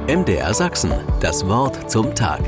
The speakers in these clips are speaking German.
MDR Sachsen, das Wort zum Tag.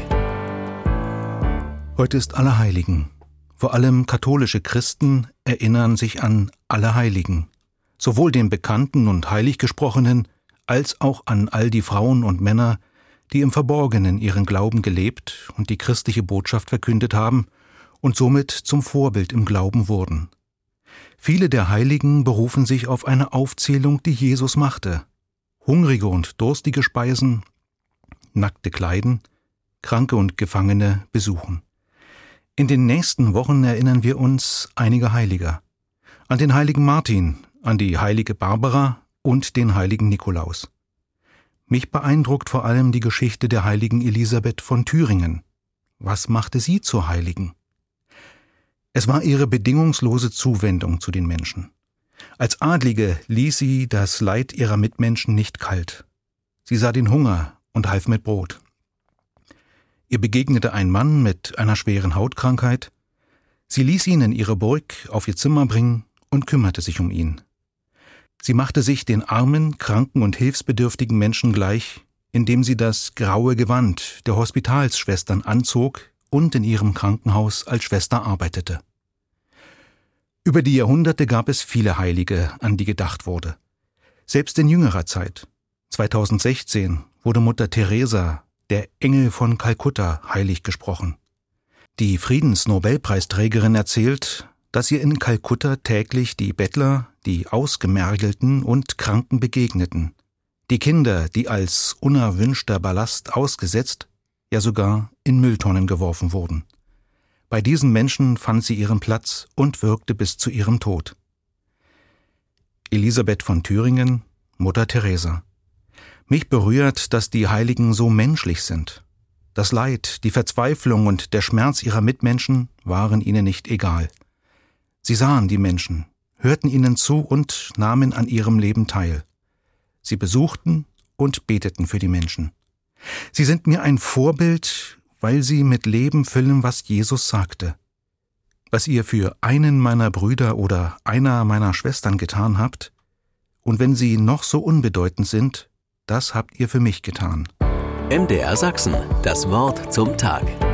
Heute ist Allerheiligen. Vor allem katholische Christen erinnern sich an Allerheiligen. Sowohl den Bekannten und Heiliggesprochenen, als auch an all die Frauen und Männer, die im Verborgenen ihren Glauben gelebt und die christliche Botschaft verkündet haben und somit zum Vorbild im Glauben wurden. Viele der Heiligen berufen sich auf eine Aufzählung, die Jesus machte. Hungrige und durstige speisen, Nackte kleiden, Kranke und Gefangene besuchen. In den nächsten Wochen erinnern wir uns einiger Heiliger. An den heiligen Martin, an die heilige Barbara und den heiligen Nikolaus. Mich beeindruckt vor allem die Geschichte der heiligen Elisabeth von Thüringen. Was machte sie zur Heiligen? Es war ihre bedingungslose Zuwendung zu den Menschen. Als Adlige ließ sie das Leid ihrer Mitmenschen nicht kalt. Sie sah den Hunger und half mit Brot. Ihr begegnete ein Mann mit einer schweren Hautkrankheit. Sie ließ ihn in ihre Burg auf ihr Zimmer bringen und kümmerte sich um ihn. Sie machte sich den armen, kranken und hilfsbedürftigen Menschen gleich, indem sie das graue Gewand der Hospitalsschwestern anzog und in ihrem Krankenhaus als Schwester arbeitete. Über die Jahrhunderte gab es viele Heilige, an die gedacht wurde. Selbst in jüngerer Zeit, 2016, wurde Mutter Teresa, der Engel von Kalkutta, heilig gesprochen. Die Friedensnobelpreisträgerin erzählt, dass ihr in Kalkutta täglich die Bettler, die Ausgemergelten und Kranken begegneten, die Kinder, die als unerwünschter Ballast ausgesetzt, ja sogar in Mülltonnen geworfen wurden. Bei diesen Menschen fand sie ihren Platz und wirkte bis zu ihrem Tod. Elisabeth von Thüringen, Mutter Teresa. Mich berührt, dass die Heiligen so menschlich sind. Das Leid, die Verzweiflung und der Schmerz ihrer Mitmenschen waren ihnen nicht egal. Sie sahen die Menschen, hörten ihnen zu und nahmen an ihrem Leben teil. Sie besuchten und beteten für die Menschen. Sie sind mir ein Vorbild, weil sie mit Leben füllen, was Jesus sagte. Was ihr für einen meiner Brüder oder einer meiner Schwestern getan habt, und wenn sie noch so unbedeutend sind, das habt ihr für mich getan. MDR Sachsen, das Wort zum Tag.